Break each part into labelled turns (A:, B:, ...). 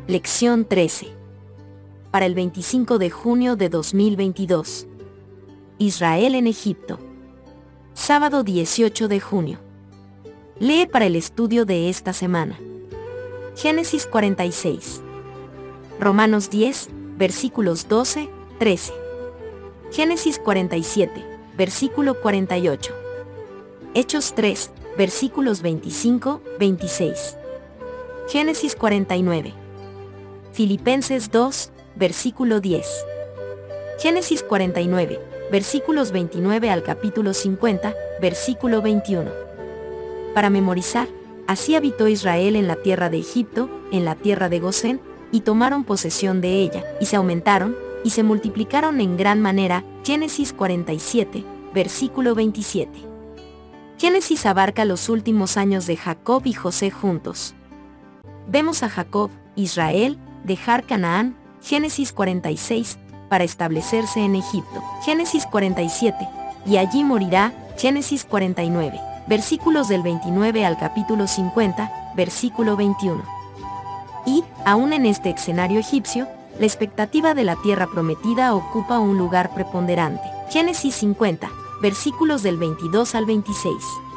A: Lección 13. Para el 25 de junio de 2022. Israel en Egipto. Sábado 18 de junio. Lee para el estudio de esta semana. Génesis 46. Romanos 10, versículos 12, 13. Génesis 47, versículo 48. Hechos 3, versículos 25, 26. Génesis 49. Filipenses 2, versículo 10. Génesis 49, versículos 29 al capítulo 50, versículo 21. Para memorizar, así habitó Israel en la tierra de Egipto, en la tierra de Gosén, y tomaron posesión de ella, y se aumentaron, y se multiplicaron en gran manera. Génesis 47, versículo 27. Génesis abarca los últimos años de Jacob y José juntos. Vemos a Jacob, Israel, dejar Canaán, Génesis 46, para establecerse en Egipto, Génesis 47, y allí morirá, Génesis 49, versículos del 29 al capítulo 50, versículo 21. Y, aún en este escenario egipcio, la expectativa de la tierra prometida ocupa un lugar preponderante, Génesis 50, versículos del 22 al 26.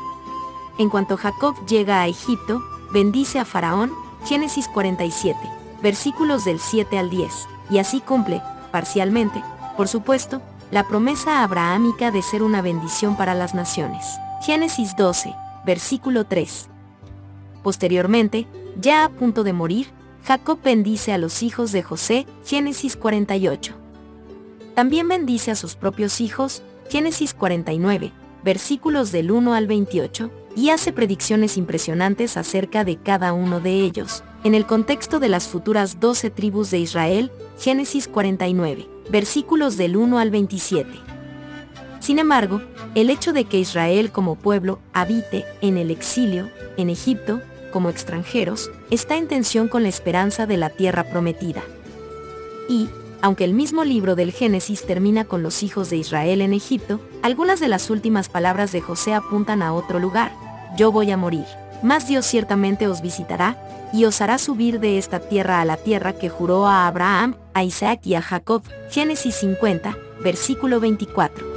A: En cuanto Jacob llega a Egipto, bendice a Faraón, Génesis 47, versículos del 7 al 10, y así cumple, parcialmente, por supuesto, la promesa abrahámica de ser una bendición para las naciones. Génesis 12, versículo 3. Posteriormente, ya a punto de morir, Jacob bendice a los hijos de José, Génesis 48. También bendice a sus propios hijos, Génesis 49, versículos del 1 al 28, y hace predicciones impresionantes acerca de cada uno de ellos, en el contexto de las futuras 12 tribus de Israel, Génesis 49, versículos del 1 al 27. Sin embargo, el hecho de que Israel como pueblo habite en el exilio, en Egipto, como extranjeros, está en tensión con la esperanza de la tierra prometida. Y, aunque el mismo libro del Génesis termina con los hijos de Israel en Egipto, algunas de las últimas palabras de José apuntan a otro lugar: yo voy a morir, mas Dios ciertamente os visitará, y os hará subir de esta tierra a la tierra que juró a Abraham, a Isaac y a Jacob. Génesis 50, versículo 24.